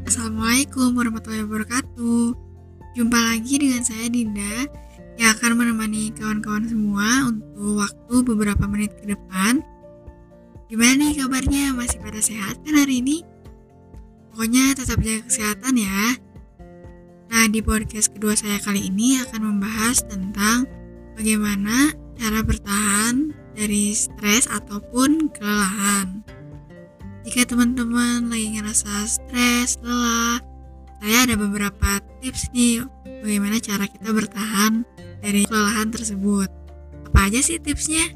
Assalamualaikum warahmatullahi wabarakatuh. Jumpa lagi dengan saya Dinda yang akan menemani kawan-kawan semua untuk waktu beberapa menit ke depan. Gimana nih kabarnya? Masih pada sehat kan hari ini? Pokoknya tetap jaga kesehatan ya. Nah, di podcast kedua saya kali ini akan membahas tentang bagaimana cara bertahan dari stres ataupun kelelahan. Jika teman-teman lagi ngerasa stres, lelah, saya ada beberapa tips nih bagaimana cara kita bertahan dari kelelahan tersebut. Apa aja sih tipsnya?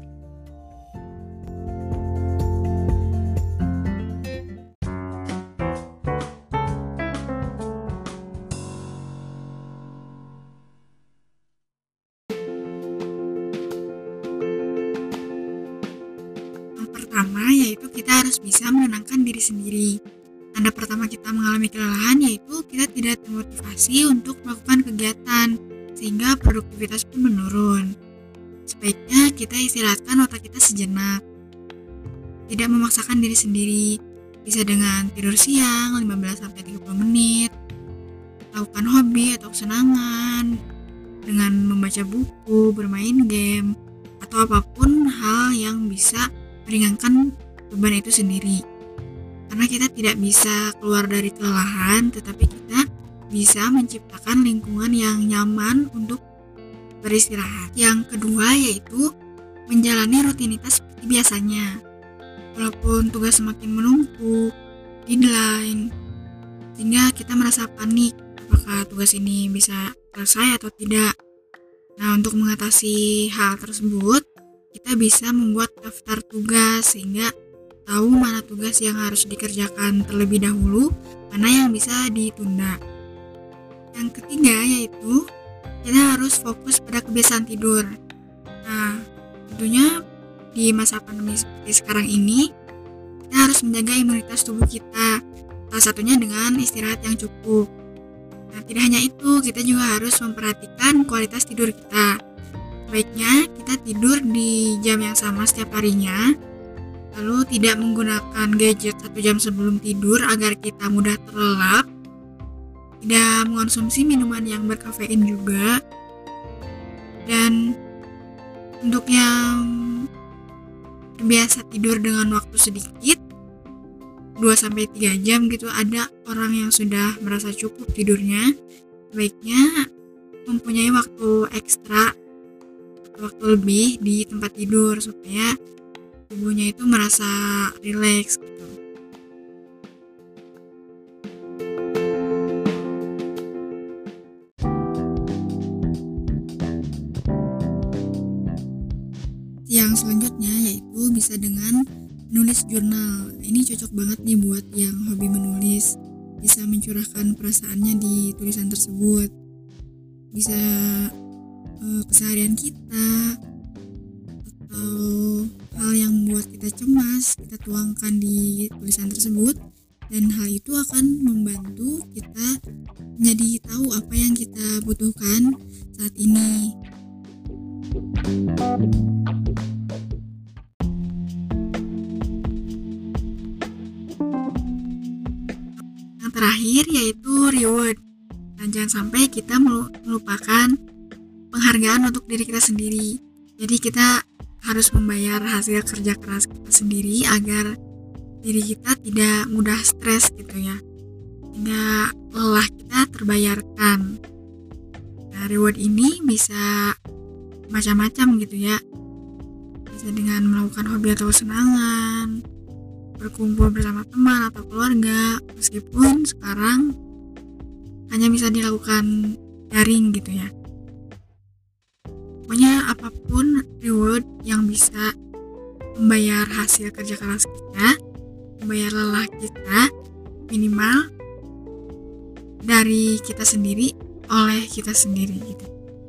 Yang pertama yaitu kita harus bisa menenangkan diri sendiri. Tanda pertama kita mengalami kelelahan yaitu kita tidak termotivasi untuk melakukan kegiatan, sehingga produktivitas pun menurun. Sebaiknya kita istirahatkan otak kita sejenak. Tidak memaksakan diri sendiri, bisa dengan tidur siang 15-30 menit, lakukan hobi atau kesenangan, dengan membaca buku, bermain game, atau apapun hal yang bisa meringankan beban itu sendiri. Karena kita tidak bisa keluar dari kelelahan, tetapi kita bisa menciptakan lingkungan yang nyaman untuk beristirahat. Yang kedua yaitu menjalani rutinitas seperti biasanya. Walaupun tugas semakin menumpuk, deadline, sehingga kita merasa panik apakah tugas ini bisa selesai atau tidak. Nah, untuk mengatasi hal tersebut, kita bisa membuat daftar tugas sehingga tahu mana tugas yang harus dikerjakan terlebih dahulu, mana yang bisa ditunda. Yang ketiga yaitu kita harus fokus pada kebiasaan tidur. Nah, tentunya di masa pandemi seperti sekarang ini, kita harus menjaga imunitas tubuh kita, salah satunya dengan istirahat yang cukup. Nah, tidak hanya itu, kita juga harus memperhatikan kualitas tidur kita. Baiknya kita tidur di jam yang sama setiap harinya, lalu tidak menggunakan gadget 1 jam sebelum tidur agar kita mudah terlelap, tidak mengonsumsi minuman yang berkafein juga, dan untuk yang terbiasa tidur dengan waktu sedikit 2-3 jam gitu, ada orang yang sudah merasa cukup tidurnya, baiknya mempunyai waktu ekstra atau waktu lebih di tempat tidur supaya tubuhnya itu merasa rileks gitu. Yang selanjutnya yaitu bisa dengan menulis jurnal. Ini cocok banget nih buat yang hobi menulis. Bisa mencurahkan perasaannya di tulisan tersebut. Bisa keseharian kita atau hal yang membuat kita cemas, kita tuangkan di tulisan tersebut, dan hal itu akan membantu kita menjadi tahu apa yang kita butuhkan saat ini. Yang terakhir yaitu reward. Dan jangan sampai kita melupakan penghargaan untuk diri kita sendiri. Jadi kita harus membayar hasil kerja keras kita sendiri agar diri kita tidak mudah stres gitu ya, sehingga lelah kita terbayarkan. Nah, reward ini bisa macam-macam gitu ya, bisa dengan melakukan hobi atau kesenangan, berkumpul bersama teman atau keluarga, meskipun sekarang hanya bisa dilakukan daring gitu ya. Pokoknya apapun reward yang bisa membayar hasil kerja keras kita, membayar lelah kita, minimal dari kita sendiri, oleh kita sendiri gitu.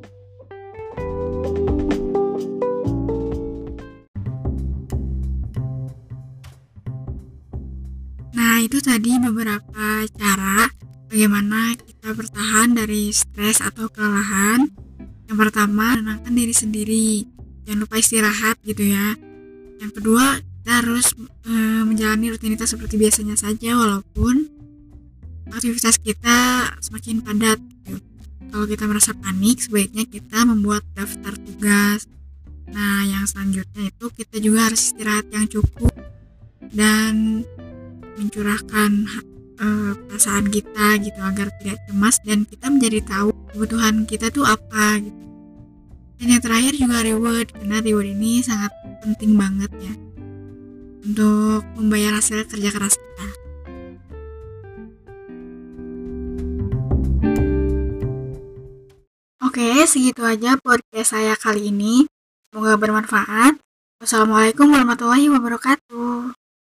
Nah, itu tadi beberapa cara bagaimana kita bertahan dari stres atau kelelahan. Yang pertama, menenangkan diri sendiri, jangan lupa istirahat gitu ya. Yang kedua, kita harus menjalani rutinitas seperti biasanya saja, walaupun aktivitas kita semakin padat gitu. Kalau kita merasa panik, sebaiknya kita membuat daftar tugas. Nah, yang selanjutnya itu kita juga harus istirahat yang cukup dan mencurahkan perasaan kita gitu agar tidak cemas dan kita menjadi tahu kebutuhan kita tuh apa gitu. Dan yang terakhir juga reward, karena reward ini sangat penting banget ya untuk membayar hasil kerja keras kita. Oke, segitu aja podcast saya kali ini. Semoga bermanfaat. Wassalamualaikum warahmatullahi wabarakatuh.